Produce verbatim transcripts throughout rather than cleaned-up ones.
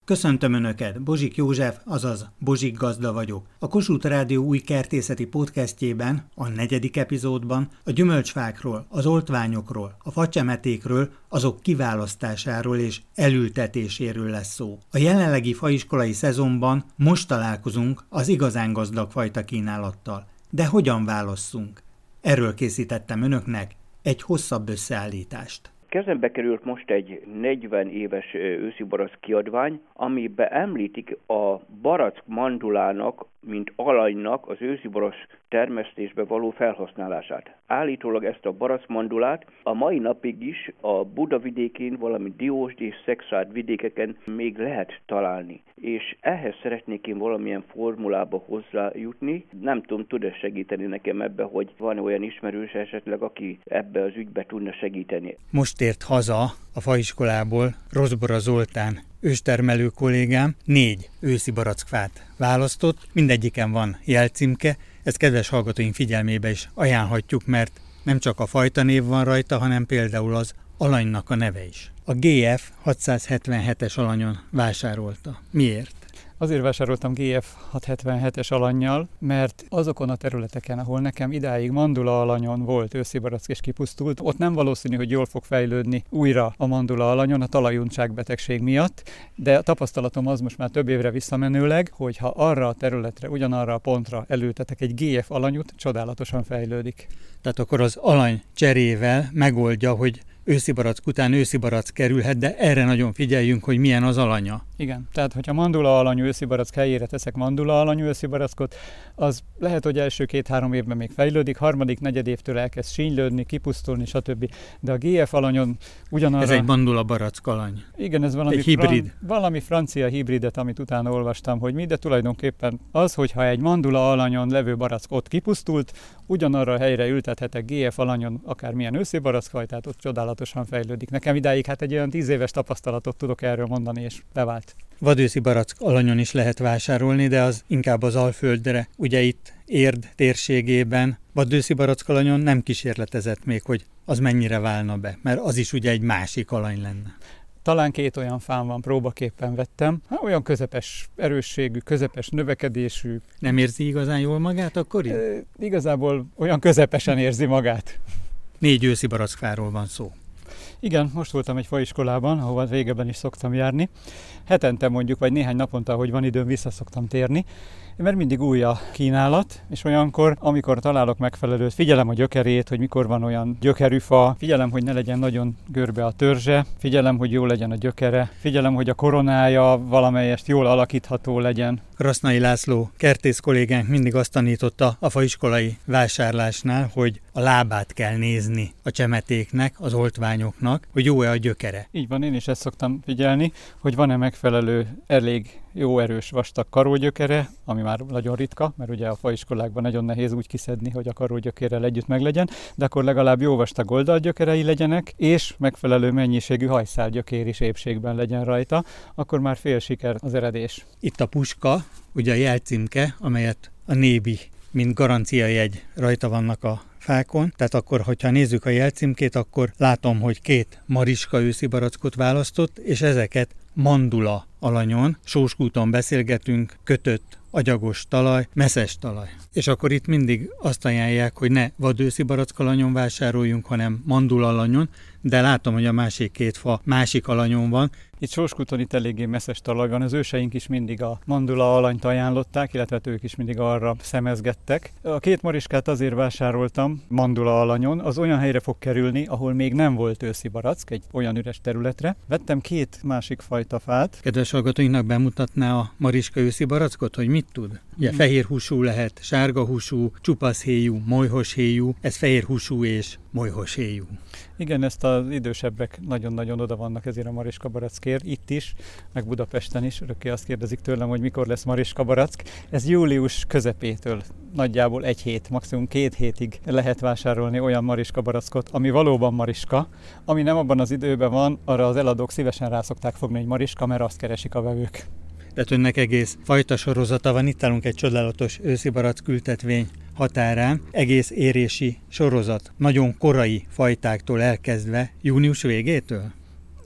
Köszöntöm Önöket, Bozsik József, azaz Bozsik Gazda vagyok. A Kossuth Rádió új kertészeti podcastjében, a negyedik epizódban a gyümölcsfákról, az oltványokról, a facsemetékről, azok kiválasztásáról és elültetéséről lesz szó. A jelenlegi faiskolai szezonban most találkozunk az igazán gazdag fajta kínálattal. De hogyan válasszunk? Erről készítettem Önöknek egy hosszabb összeállítást. Kezembe került most egy negyven éves őszi barack kiadvány, amiben említik a barack mandulának, mint alanynak az őszi barack termesztésbe való felhasználását. Állítólag ezt a barack mandulát a mai napig is a Buda vidékén, valamint Diósd és Szekszárd vidékeken még lehet találni. És ehhez szeretnék én valamilyen formulába hozzájutni. Nem tudom, tud-e segíteni nekem ebbe, hogy van olyan ismerős esetleg, aki ebbe az ügybe tudna segíteni. Most ért haza a faiskolából Rozbora Zoltán őstermelő kollégám, négy őszi barackfát választott, mindegyiken van jelcímke, ezt kedves hallgatóink figyelmébe is ajánlhatjuk, mert nem csak a fajta név van rajta, hanem például az alanynak a neve is. A gé ef hatszázhetvenhetes alanyon vásárolta. Miért? Azért vásároltam gé ef hatszázhetvenhetes alannyal, mert azokon a területeken, ahol nekem idáig mandula alanyon volt őszi barack és kipusztult, ott nem valószínű, hogy jól fog fejlődni újra a mandula alanyon a talajuntságbetegség miatt, de a tapasztalatom az most már több évre visszamenőleg, hogy ha arra a területre, ugyanarra a pontra elültetek egy gé ef alanyút, csodálatosan fejlődik. Tehát akkor az alany cserével megoldja, hogy őszi barack után őszi barack kerülhet, de erre nagyon figyeljünk, hogy milyen az alanya. Igen, tehát hogyha mandula alanyú őszi barack helyére teszek mandula alanyú őszi barackot, az lehet, hogy első két-három évben még fejlődik, harmadik, negyed évtől elkezd sínylődni, kipusztulni, stb. De a gé ef alanyon ugyanarra... Ez egy mandula barack alany. Igen, ez valami, egy hibrid. Fran... valami francia hibridet, amit utána olvastam, hogy mi, de tulajdonképpen az, hogyha egy mandula alanyon levő barack ott kipusztult, ugyanarra a helyre ültethetek gé ef alanyon akármilyen őszi barackfajtát, ott csodálatosan fejlődik. Nekem idáig hát egy olyan tíz éves tapasztalatot tudok erről mondani, és bevált. Vadőszi barack alanyon is lehet vásárolni, de az inkább az Alföldre. Ugye itt Érd térségében vadőszi barack alanyon nem kísérletezett még, hogy az mennyire válna be, mert az is ugye egy másik alany lenne. Talán két olyan fám van, próbaképpen vettem. Hát olyan közepes erősségű, közepes növekedésű. Nem érzi igazán jól magát akkor? E, igazából olyan közepesen érzi magát. Négy őszi barackfáról van szó. Igen, most voltam egy faiskolában, ahova régebben is szoktam járni. Hetente mondjuk, vagy néhány naponta, ahogy van időm, vissza szoktam térni, mert mindig új a kínálat, és olyankor, amikor találok megfelelőt, figyelem a gyökerét, hogy mikor van olyan gyökerű fa, figyelem, hogy ne legyen nagyon görbe a törzse, figyelem, hogy jó legyen a gyökere, figyelem, hogy a koronája valamelyest jól alakítható legyen. Krasznai László kertész kollégánk mindig azt tanította a faiskolai vásárlásnál, hogy a lábát kell nézni a csemetéknek, az oltványoknak, hogy jó-e a gyökere. Így van, én is ezt szoktam figyelni, hogy van-e megfelelő, elég jó erős vastag karógyökere, ami már nagyon ritka, mert ugye a faiskolákban nagyon nehéz úgy kiszedni, hogy a karógyökérrel együtt meglegyen, de akkor legalább jó vastag oldalgyökerei legyenek, és megfelelő mennyiségű hajszálgyökér is épségben legyen rajta, akkor már fél siker az eredés. Itt a puska, ugye a jelcímke, amelyet a Nébi, mint garanciajegy rajta vannak a fákon, tehát akkor, hogyha nézzük a jelcímkét, akkor látom, hogy két mariska őszi barackot választott, és ezeket mandula alanyon, Sóskúton beszélgetünk, kötött, agyagos talaj, messzes talaj. És akkor itt mindig azt ajánlják, hogy ne vadőszi barack alanyon vásároljunk, hanem mandula alanyon, de látom, hogy a másik két fa másik alanyon van. Itt Sóskúton itt eléggé messzes talaj van, az őseink is mindig a mandula alanyt ajánlották, illetve ők is mindig arra szemezgettek. A két mariskát azért vásároltam mandula alanyon, az olyan helyre fog kerülni, ahol még nem volt őszi barack, egy olyan üres területre. Vettem két másik fajta fát. Kedves hallgatóinknak bemutatná a mariska őszi barackot, hogy mit tud? Ugye mm. fehér húsú lehet, sárga húsú, csupasz héjú, molyhos héjú, ez fehér húsú és molyhos héjú. Igen, ezt az idősebbek nagyon-nagyon oda vannak ezért a mariska barackért, itt is, meg Budapesten is. Örökké azt kérdezik tőlem, hogy mikor lesz mariska barack. Ez július közepétől, nagyjából egy hét, maximum két hétig lehet vásárolni olyan mariska barackot, ami valóban mariska, ami nem abban az időben van, arra az eladók szívesen rá szokták fogni, hogy mariska, mert azt keresik a vevők. Tehát önnek egész fajta sorozata van, itt állunk egy csodálatos őszi barack ültetvény határán, egész érési sorozat, nagyon korai fajtáktól elkezdve június végétől?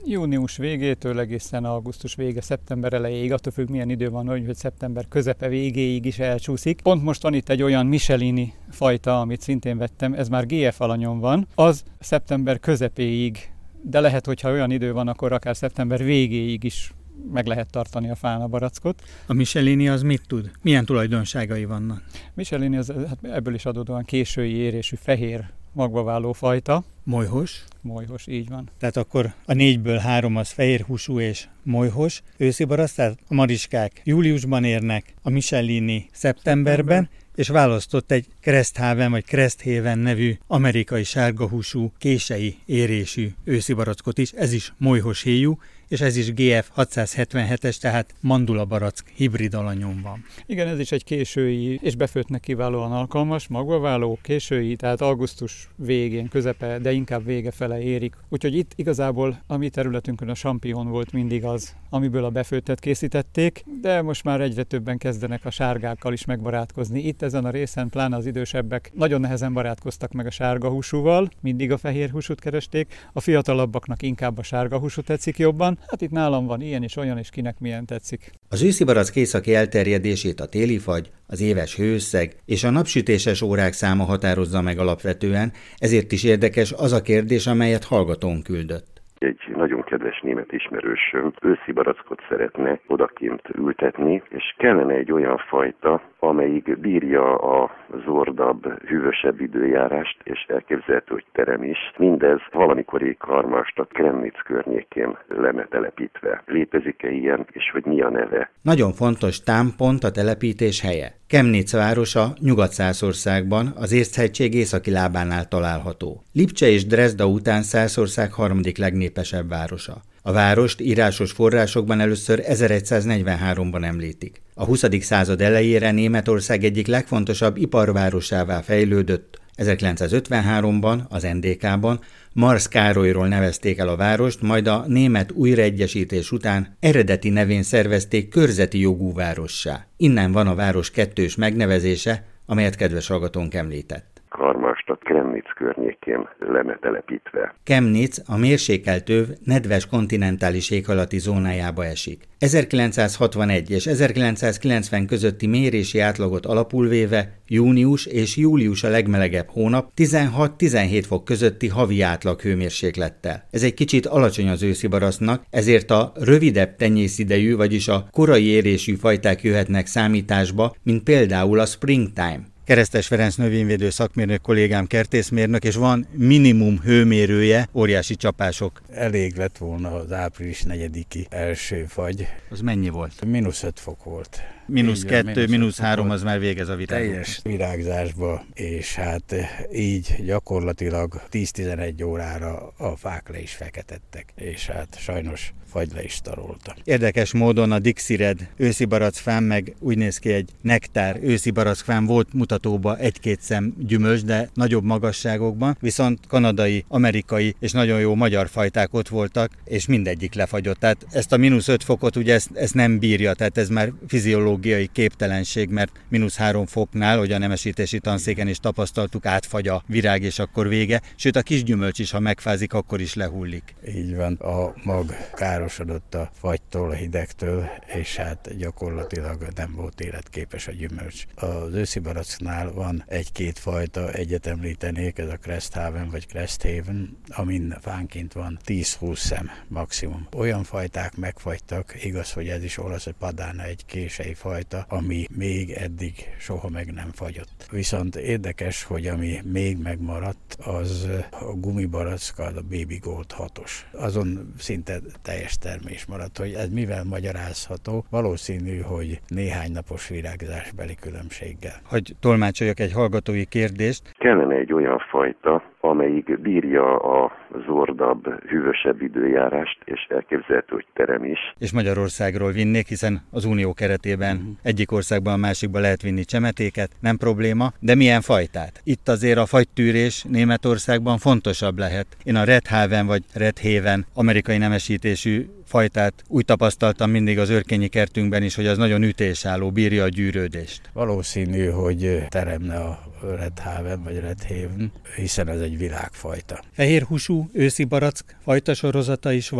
Június végétől egészen augusztus vége, szeptember elejéig, attól függ milyen idő van, hogy szeptember közepe végéig is elcsúszik. Pont most van itt egy olyan Michelini fajta, amit szintén vettem, ez már gé ef alanyon van, az szeptember közepéig, de lehet, hogyha olyan idő van, akkor akár szeptember végéig is meg lehet tartani a fán a barackot. A Michelini az mit tud? Milyen tulajdonságai vannak? Michelini az hát ebből is adódóan késői érésű fehér magvaváló fajta. Molyhos? Molyhos, így van. Tehát akkor a négyből három az fehér húsú és molyhos őszi barack, tehát a mariskák júliusban érnek, a Michelini szeptemberben, és választott egy Cresthaven vagy Cresthaven nevű amerikai sárgahúsú, kései érésű őszi barackot is, ez is molyhos héjú, és ez is gé ef hatszázhetvenhetes, tehát mandula barack hibrid alanyon van. Igen, ez is egy késői és befőttnek kiválóan alkalmas, magvaváló, késői, tehát augusztus végén, közepe, de inkább vége fele érik. Úgyhogy itt igazából a mi területünkön a champignon volt mindig az, amiből a befőttet készítették, de most már egyre többen kezdenek a sárgákkal is megbarátkozni. Itt ezen a részen, pláne az idősebbek nagyon nehezen barátkoztak meg a sárga húsúval, mindig a fehér húsút keresték, a fiatalabbaknak inkább a sárga húsú tetszik jobban. Hát itt nálam van ilyen és olyan, és kinek milyen tetszik. Az őszi barack északi elterjedését a téli fagy, az éves hőösszeg és a napsütéses órák száma határozza meg alapvetően, ezért is érdekes az a kérdés, amelyet hallgatón küldött. Egy nagyon kedves német ismerősöm őszi barackot szeretne odakint ültetni, és kellene egy olyan fajta, amelyik bírja a zordabb, hűvösebb időjárást, és elképzelhető, hogy terem is. Mindez valamikor Karmalstadt Kremnitz környékén lenne telepítve. Létezik-e ilyen, és hogy mi a neve? Nagyon fontos támpont a telepítés helye. Chemnitz városa Nyugat-Szászországban, az Érzhegység északi lábánál található. Lipcse és Dresda után Szászország harmadik legnépesebb városa. A várost írásos forrásokban először ezeregyszáznegyvenháromban említik. A huszadik század elejére Németország egyik legfontosabb iparvárosává fejlődött. ezerkilencszázötvenháromban az en dé ká-ban Marsz Károlyról nevezték el a várost, majd a német újraegyesítés után eredeti nevén szervezték körzeti jogú várossá. Innen van a város kettős megnevezése, amelyet kedves hallgatónk említett. Karmalstadt Kremnitz környékén lenne telepítve. Chemnitz a mérsékelt öv nedves kontinentális éghajlati zónájába esik. ezerkilencszázhatvanegy és ezerkilencszázkilencven közötti mérési átlagot alapul véve június és július a legmelegebb hónap tizenhat-tizenhét fok közötti havi átlag hőmérséklettel. Ez egy kicsit alacsony az őszi baracknak, ezért a rövidebb tenyészidejű, vagyis a korai érésű fajták jöhetnek számításba, mint például a springtime. Keresztes Ferenc növényvédő szakmérnök kollégám kertészmérnök, és van minimum hőmérője, óriási csapások. Elég lett volna az április negyediki első fagy. Az mennyi volt? Mínusz öt fok volt. Mínusz kettő, mínusz három, az már végez a virágok. Teljes virágzásba, és hát így gyakorlatilag tíz-tizenegy órára a fák le is feketettek, és hát sajnos fagy le is tarolta. Érdekes módon a Dixiered őszi barackfán, meg úgy néz ki egy nektár őszi barackfán volt mutatóba egy-két szem gyümölcs, de nagyobb magasságokban, viszont kanadai, amerikai és nagyon jó magyar fajták ott voltak, és mindegyik lefagyott. Tehát ezt a mínusz öt fokot ugye ezt, ezt nem bírja, tehát ez már fiziológiai képtelenség, mert mínusz három foknál, hogy a nemesítési tanszéken is tapasztaltuk, átfagy a virág, és akkor vége. Sőt, a kis gyümölcs is, ha megfázik, akkor is lehullik. Így van, a mag károsodott a fagytól, a hidegtől, és hát gyakorlatilag nem volt életképes a gyümölcs. Az őszi baracknál van egy-két fajta, egyet említenék, ez a Cresthaven vagy Cresthaven, amin fánként van tíz-húsz szem maximum. Olyan fajták megfagytak, igaz, hogy ez is olasz, hogy padána egy kései fajta, ami még eddig soha meg nem fagyott. Viszont érdekes, hogy ami még megmaradt, az a gumibarack, a Baby Gold hatos. Azon szinte teljes termés maradt, hogy ez mivel magyarázható, valószínű, hogy néhány napos virágzásbeli különbséggel. Hogy tolmácsoljak egy hallgatói kérdést. Kellene egy olyan fajta, amelyik bírja a zordabb, hűvösebb időjárást, és elképzelhető, hogy terem is. És Magyarországról vinnék, hiszen az unió keretében uh-huh. egyik országban a másikba lehet vinni csemetéket, nem probléma, de milyen fajtát? Itt azért a fagytűrés Németországban fontosabb lehet. Én a Redhaven vagy Redhaven amerikai nemesítésű fajtát úgy tapasztaltam mindig az őrkényi kertünkben is, hogy az nagyon ütésálló, bírja a gyűrődést. Valószínű, hogy teremne a Redhaven vagy Redhaven, hiszen ez egy világfajta. Fehér húsú őszi barack fajta sorozata is van,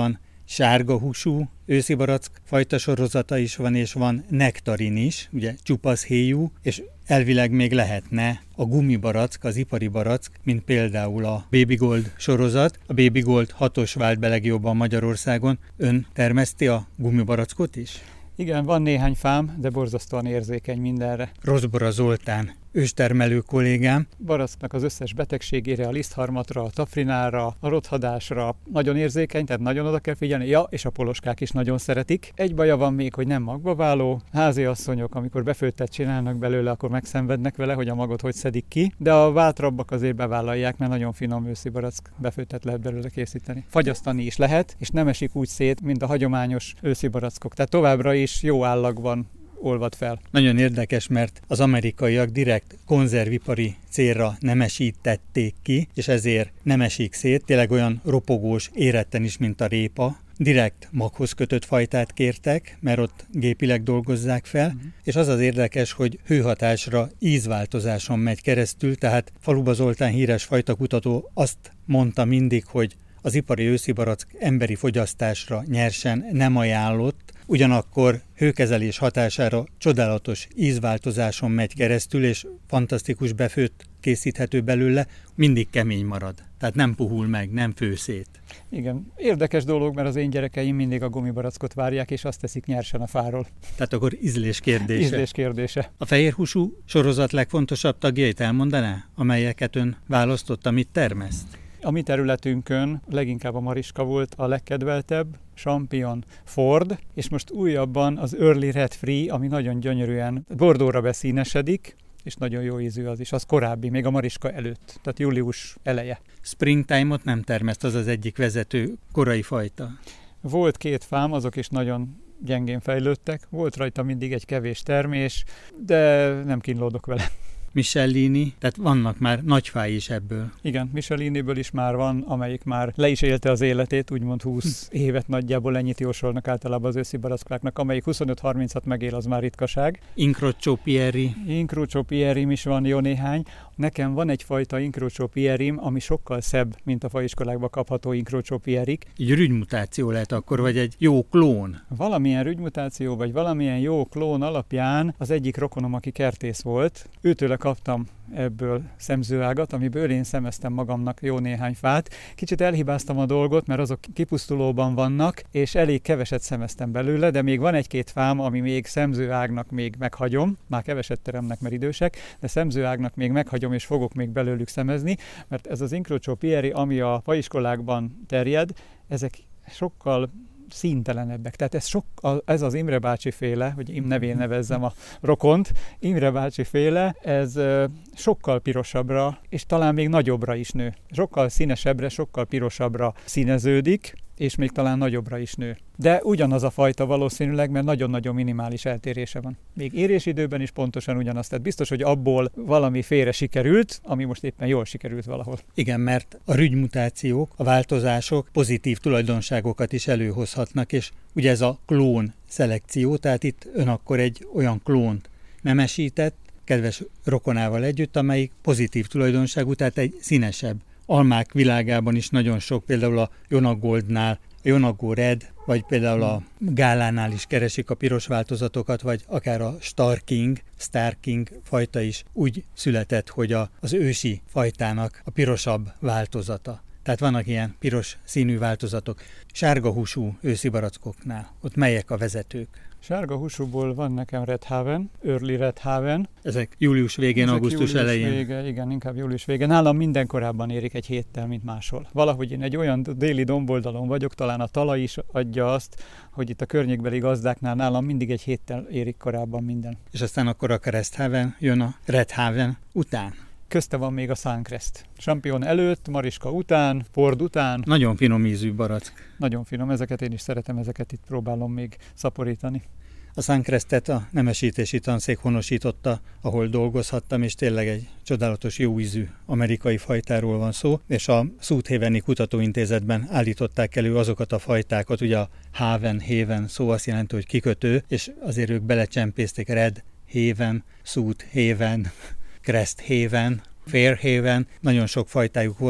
sárga húsú őszi barack fajta sorozata is van, és van nektarin is, ugye csupasz héjú, és elvileg még lehetne a gumibarack, az ipari barack, mint például a Baby Gold sorozat. A Baby Gold hatos vált be legjobban Magyarországon. Ön termeszti a gumibarackot is? Igen, van néhány fám, de borzasztóan érzékeny mindenre. Rozbora Zoltán, őstermelő kollégám. Baracknak az összes betegségére, a lisztharmatra, a tafrinára, a rothadásra nagyon érzékeny, tehát nagyon oda kell figyelni. Ja, és a poloskák is nagyon szeretik. Egy baja van még, hogy nem magbaváló. Háziasszonyok, amikor befőttet csinálnak belőle, akkor megszenvednek vele, hogy a magot hogy szedik ki. De a bátrabbak azért bevállalják, mert nagyon finom őszi barack befőttet lehet belőle készíteni. Fagyasztani is lehet, és nem esik úgy szét, mint a hagyományos őszi barackok. Tehát továbbra is jó állagban olvad fel. Nagyon érdekes, mert az amerikaiak direkt konzervipari célra nemesítették ki, és ezért nem esik szét, tényleg olyan ropogós, éretten is, mint a répa. Direkt maghoz kötött fajtát kértek, mert ott gépileg dolgozzák fel, uh-huh. és az az érdekes, hogy hőhatásra ízváltozáson megy keresztül, tehát Faluba Zoltán híres fajtakutató azt mondta mindig, hogy az ipari őszi barack emberi fogyasztásra nyersen nem ajánlott, ugyanakkor hőkezelés hatására csodálatos ízváltozáson megy keresztül, és fantasztikus befőtt készíthető belőle, mindig kemény marad. Tehát nem puhul meg, nem fő szét. Igen, érdekes dolog, mert az én gyerekeim mindig a gumibarackot várják, és azt teszik nyersen a fáról. Tehát akkor ízlés kérdése. Ízlés kérdése. A fehérhúsú sorozat legfontosabb tagjait elmondaná, amelyeket ön választott, amit termeszt? A mi területünkön leginkább a mariska volt a legkedveltebb, Champion, Ford, és most újabban az Early Red Free, ami nagyon gyönyörűen bordóra beszínesedik, és nagyon jó ízű az is, az korábbi, még a mariska előtt, tehát július eleje. Springtime-ot nem termeszt, az az egyik vezető korai fajta. Volt két fám, azok is nagyon gyengén fejlődtek, volt rajta mindig egy kevés termés, de nem kínlódok vele. Michelini, tehát vannak már nagyfái is ebből. Igen, Micheliniből is már van, amelyik már le is élte az életét, úgymond húsz évet nagyjából ennyit jósolnak általában az őszi barackláknak, amelyik huszonöt-harmincat megél, az már ritkaság. Incrocio Pieri. Incrocio Pierim is van jó néhány. Nekem van egyfajta Incrocio Pierim, ami sokkal szebb, mint a faiskolákban kapható Incrocio Pierik. Egy rügymutáció lehet akkor, vagy egy jó klón? Valamilyen rügymutáció, vagy valamilyen jó klón alapján az egyik rokonom, aki kertész volt, őtőle kaptam ebből szemzőágat, amiből én szemeztem magamnak jó néhány fát. Kicsit elhibáztam a dolgot, mert azok kipusztulóban vannak, és elég keveset szemeztem belőle, de még van egy-két fám, ami még szemzőágnak még meghagyom, már keveset teremnek, mert idősek, de szemzőágnak még meghagyom, és fogok még belőlük szemezni, mert ez az Incrocio Pieri, ami a faiskolákban terjed, ezek sokkal színtelenebbek. Tehát ez, sok, ez az Imre bácsi féle, hogy Im nevén nevezzem a rokont, Imre bácsi féle, ez sokkal pirosabbra, és talán még nagyobbra is nő. Sokkal színesebbre, sokkal pirosabbra színeződik, és még talán nagyobbra is nő. De ugyanaz a fajta valószínűleg, mert nagyon-nagyon minimális eltérése van. Még érésidőben is pontosan ugyanaz. Tehát biztos, hogy abból valami félre sikerült, ami most éppen jól sikerült valahol. Igen, mert a rügymutációk, a változások pozitív tulajdonságokat is előhozhatnak, és ugye ez a klón szelekció, tehát itt ön akkor egy olyan klónt nemesített, kedves rokonával együtt, amelyik pozitív tulajdonságú, tehát egy színesebb. Almák világában is nagyon sok, például a Jonagoldnál, a Jonago Red, vagy például a Gálánál is keresik a piros változatokat, vagy akár a Star King, Star King fajta is úgy született, hogy a, az ősi fajtának a pirosabb változata. Tehát vannak ilyen piros színű változatok. Sárga húsú őszi barackoknál, ott melyek a vezetők? Sárga húsúból van nekem Red Haven, Early Red Haven. Ezek július végén, Ezek augusztus július elején. Vége, igen, inkább július végén. Nálam minden korábban érik egy héttel, mint máshol. Valahogy én egy olyan déli domboldalon vagyok, talán a talaj is adja azt, hogy itt a környékbeli gazdáknál nálam mindig egy héttel érik korábban minden. És aztán akkor a Crest Haven jön a Red Haven után. Közte van még a Suncrest. Champion előtt, mariska után, Ford után. Nagyon finom ízű barack. Nagyon finom, ezeket én is szeretem, ezeket itt próbálom még szaporítani. A Suncrestet a nemesítési tanszék honosította, ahol dolgozhattam, és tényleg egy csodálatos jó ízű amerikai fajtáról van szó, és a South Haveni Kutatóintézetben állították elő azokat a fajtákat, ugye a Haven, Haven szó azt jelenti, hogy kikötő, és azért ők belecsempészték Red Haven, South Haven, Crest Haven, Fair Haven, nagyon sok fajtájuk volt.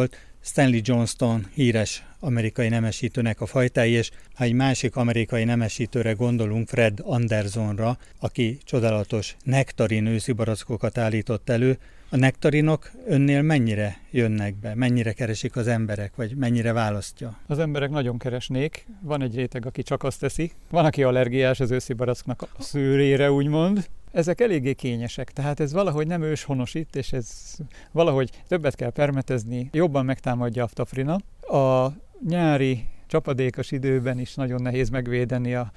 Stanley Johnston híres amerikai nemesítőnek a fajtái, és ha egy másik amerikai nemesítőre gondolunk, Fred Andersonra, aki csodálatos nektarin őszibarackokat állított elő, a nektarinok önnél mennyire jönnek be, mennyire keresik az emberek, vagy mennyire választja? Az emberek nagyon keresnék, van egy réteg, aki csak azt teszi, van, aki allergiás az őszibaracknak a szőrére, úgymond. Ezek eléggé kényesek, tehát ez valahogy nem őshonosít, és ez valahogy többet kell permetezni, jobban megtámadja a ftafrina. A nyári csapadékos időben is nagyon nehéz megvédeni a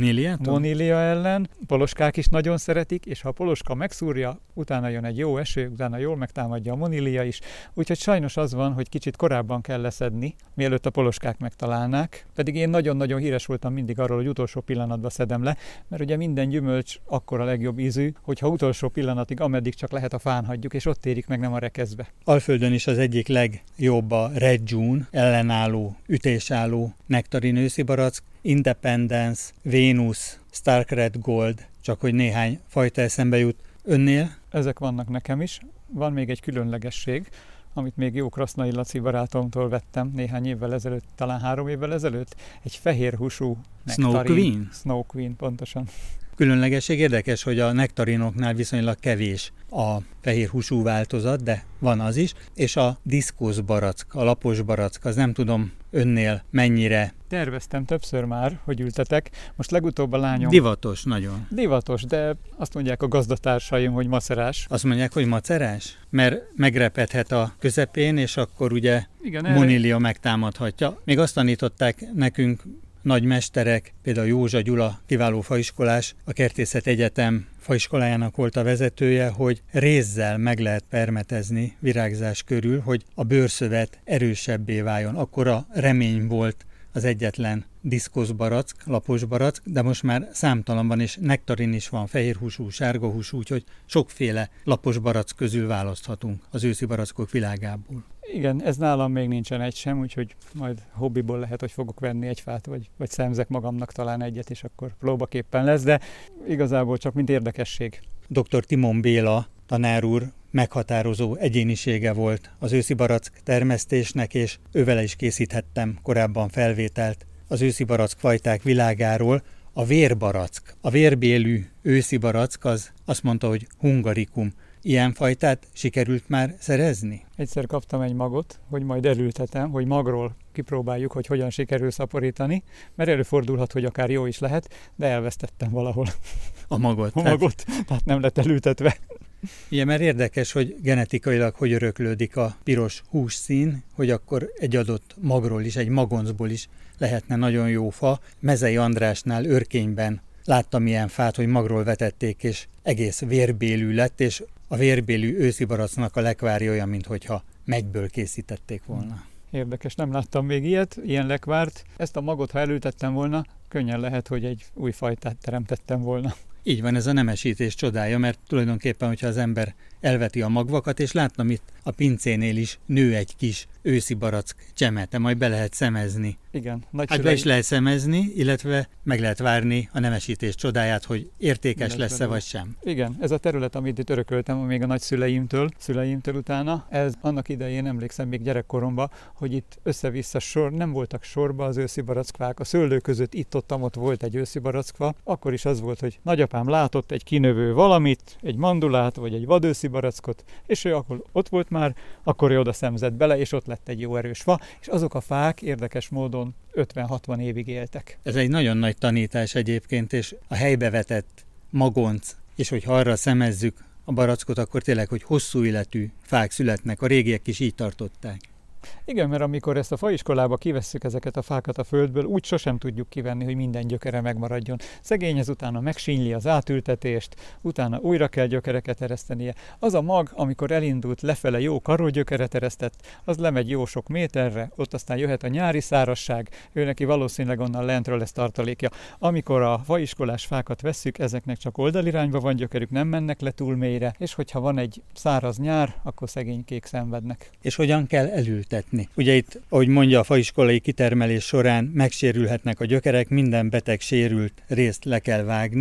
monília ellen. Poloskák is nagyon szeretik, és ha a poloska megszúrja, utána jön egy jó eső, utána jól megtámadja a monília is. Úgyhogy sajnos az van, hogy kicsit korábban kell leszedni, mielőtt a poloskák megtalálnák. Pedig én nagyon-nagyon híres voltam mindig arról, hogy utolsó pillanatban szedem le, mert ugye minden gyümölcs akkor a legjobb ízű, hogyha utolsó pillanatig, ameddig csak lehet, a fán hagyjuk, és ott érik meg, nem a rekeszbe. Alföldön is az egyik legjobb a Red June, ellenálló, ütésálló nektarin őszibarack, Independence, Venus, Stark Red Gold, csak hogy néhány fajta eszembe jut. Önnél? Ezek vannak nekem is. Van még egy különlegesség, amit még jó Krasznai Laci barátomtól vettem néhány évvel ezelőtt, talán három évvel ezelőtt, egy fehér húsú nektarin. Snow Queen? Snow Queen, pontosan. Különlegesség, érdekes, hogy a nektarinoknál viszonylag kevés a fehér húsú változat, de van az is, és a diszkusz barack, a lapos barack, az nem tudom önnél mennyire. Terveztem többször már, hogy ültetek. Most legutóbb a lányom... Divatos nagyon. Divatos, de azt mondják a gazdatársaim, hogy macerás. Azt mondják, hogy macerás? Mert megrepedhet a közepén, és akkor ugye igen, monília erre... megtámadhatja. Még azt tanították nekünk nagy mesterek, például Józsa Gyula, kiváló faiskolás, a Kertészet Egyetem faiskolájának volt a vezetője, hogy rézzel meg lehet permetezni virágzás körül, hogy a bőrszövet erősebbé váljon. Akkora remény volt az egyetlen diszkoszbarack, lapos barack, de most már számtalan van, és nektarin is van, fehérhúsú, sárgahúsú, úgyhogy sokféle lapos barack közül választhatunk az őszi barackok világából. Igen, ez nálam még nincsen egy sem, úgyhogy majd hobbiból lehet, hogy fogok venni egy fát, vagy, vagy szemzek magamnak talán egyet, és akkor próbaképpen lesz, de igazából csak mint érdekesség. doktor Timon Béla tanár úr meghatározó egyénisége volt az őszi barack termesztésnek, és ővele is készíthettem korábban felvételt az őszi barack fajták világáról. A vérbarack, a vérbélű őszi barack, az azt mondta, hogy hungaricum. Ilyen fajtát sikerült már szerezni? Egyszer kaptam egy magot, hogy majd elültetem, hogy magról kipróbáljuk, hogy hogyan sikerül szaporítani, mert előfordulhat, hogy akár jó is lehet, de elvesztettem valahol. A magot? A magot, tehát, tehát nem lett elültetve. Igen, mert érdekes, hogy genetikailag hogy öröklődik a piros hússzín, hogy akkor egy adott magról is, egy magoncból is lehetne nagyon jó fa. Mezei Andrásnál Örkényben láttam ilyen fát, hogy magról vetették, és egész vérbélű lett, és a vérbélű őszi baracknak a lekvárja olyan, mintha megyből készítették volna. Érdekes, nem láttam még ilyet, ilyen lekvárt. Ezt a magot, ha elültettem volna, könnyen lehet, hogy egy új fajtát teremtettem volna. Így van, ez a nemesítés csodája, mert tulajdonképpen, hogyha az ember elveti a magvakat, és láttam itt a pincénél is nő egy kis őszi barack csemete, majd be lehet szemezni. Igen. Hát be is lehet szemezni, illetve meg lehet várni a nemesítés csodáját, hogy értékes lesz-e belőle, vagy sem. Igen, ez a terület, amit itt örököltem még a nagyszüleimtől, szüleimtől utána, ez annak idején emlékszem még gyerekkoromban, hogy itt össze-vissza sor, nem voltak sorba az őszi barackfák, a szőlő között itt-ott-ott volt egy őszi barackfa, akkor is az volt, hogy nagyapám látott egy kinövő valamit, egy mandulát, vagy egy vadőszi barackot, és ő akkor ott volt már, akkor ő oda szemzett bele, és ott lett egy jó erős fa, és azok a fák érdekes módon ötven-hatvan évig éltek. Ez egy nagyon nagy tanítás egyébként, és a helybe vetett magonc, és hogyha arra szemezzük a barackot, akkor tényleg, hogy hosszú életű fák születnek, a régiek is így tartották. Igen, mert amikor ezt a faiskolába kivesszük ezeket a fákat a földből, úgy sosem tudjuk kivenni, hogy minden gyökere megmaradjon. Szegény ez utána megsínyli az átültetést, utána újra kell gyökereket eresztenie. Az a mag, amikor elindult lefele jó karógyökeret eresztett, az lemegy jó sok méterre, ott aztán jöhet a nyári szárazság, ő neki valószínűleg onnan lentről lesz tartalékja. Amikor a faiskolás fákat vesszük, ezeknek csak oldalirányba van gyökerük, nem mennek le túl mélyre, és hogyha van egy száraz nyár, akkor szegénykék szenvednek. És hogyan kell elültetni? Ugye itt, ahogy mondja, a faiskolai kitermelés során megsérülhetnek a gyökerek, minden beteg sérült részt le kell vágni.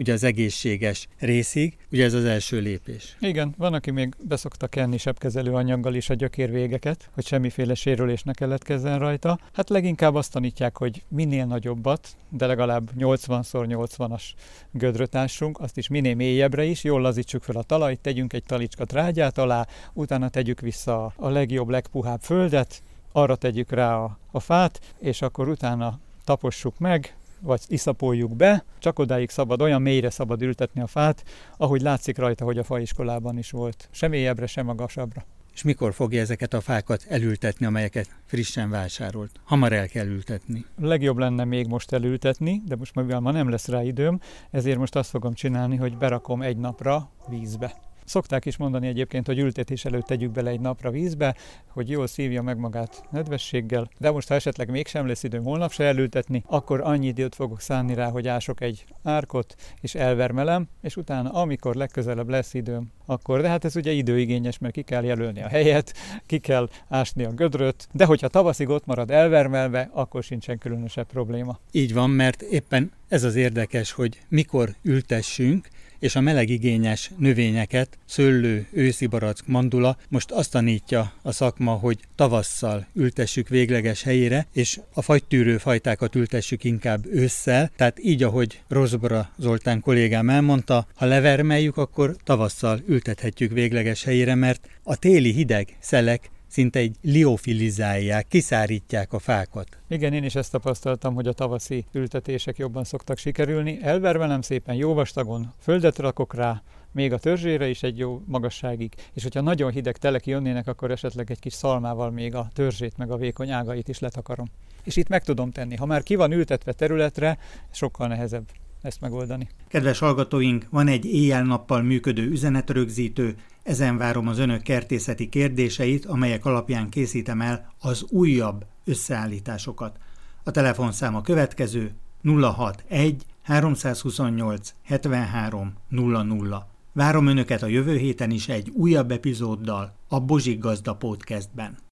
ugye az egészséges részig, ugye ez az első lépés. Igen, van, aki még beszokta kenni sebkezelő anyaggal is a gyökérvégeket, hogy semmiféle sérülés ne keletkezzen rajta. Hát leginkább azt tanítják, hogy minél nagyobbat, de legalább nyolcvan szor nyolcvanas gödröt ássunk, azt is minél mélyebbre is, jól lazítsuk fel a talajt, tegyünk egy talicska trágyát alá, utána tegyük vissza a legjobb, legpuhább földet, arra tegyük rá a, a fát, és akkor utána tapossuk meg, vagy iszapoljuk be, csak odáig szabad, olyan mélyre szabad ültetni a fát, ahogy látszik rajta, hogy a faiskolában is volt. Sem mélyebbre, sem magasabbra. És mikor fogja ezeket a fákat elültetni, amelyeket frissen vásárolt? Hamar el kell ültetni. Legjobb lenne még most elültetni, de most mivel ma nem lesz rá időm, ezért most azt fogom csinálni, hogy berakom egy napra vízbe. Szokták is mondani egyébként, hogy ültetés előtt tegyük bele egy napra vízbe, hogy jól szívja meg magát nedvességgel, de most ha esetleg mégsem lesz időm holnap se elültetni, akkor annyi időt fogok szánni rá, hogy ások egy árkot, és elvermelem, és utána, amikor legközelebb lesz időm, akkor, de hát ez ugye időigényes, mert ki kell jelölni a helyet, ki kell ásni a gödröt, de hogyha tavaszig ott marad elvermelve, akkor sincsen különösebb probléma. Így van, mert éppen ez az érdekes, hogy mikor ültessünk, és a melegigényes növényeket, szőlő, őszi barack, mandula most azt tanítja a szakma, hogy tavasszal ültessük végleges helyére, és a fagytűrő fajtákat ültessük inkább ősszel, tehát így, ahogy Rozbora Zoltán kollégám elmondta, ha levermeljük, akkor tavasszal ültethetjük végleges helyére, mert a téli hideg szelek szinte egy liofilizálják, kiszárítják a fákat. Igen, én is ezt tapasztaltam, hogy a tavaszi ültetések jobban szoktak sikerülni. Elvervelem szépen jó vastagon, földet rakok rá, még a törzsére is egy jó magasságig, és hogyha nagyon hideg telek jönnének, akkor esetleg egy kis szalmával még a törzsét, meg a vékony ágait is letakarom. És itt meg tudom tenni. Ha már ki van ültetve területre, sokkal nehezebb ezt megoldani. Kedves hallgatóink, van egy éjjel-nappal működő üzenetrögzítő, ezen várom az önök kertészeti kérdéseit, amelyek alapján készítem el az újabb összeállításokat. A telefonszám a következő: nulla hatvanegy háromszázhuszonnyolc hetvenhárom nulla nulla. Várom önöket a jövő héten is egy újabb epizóddal a Bozsik Gazda Podcastben.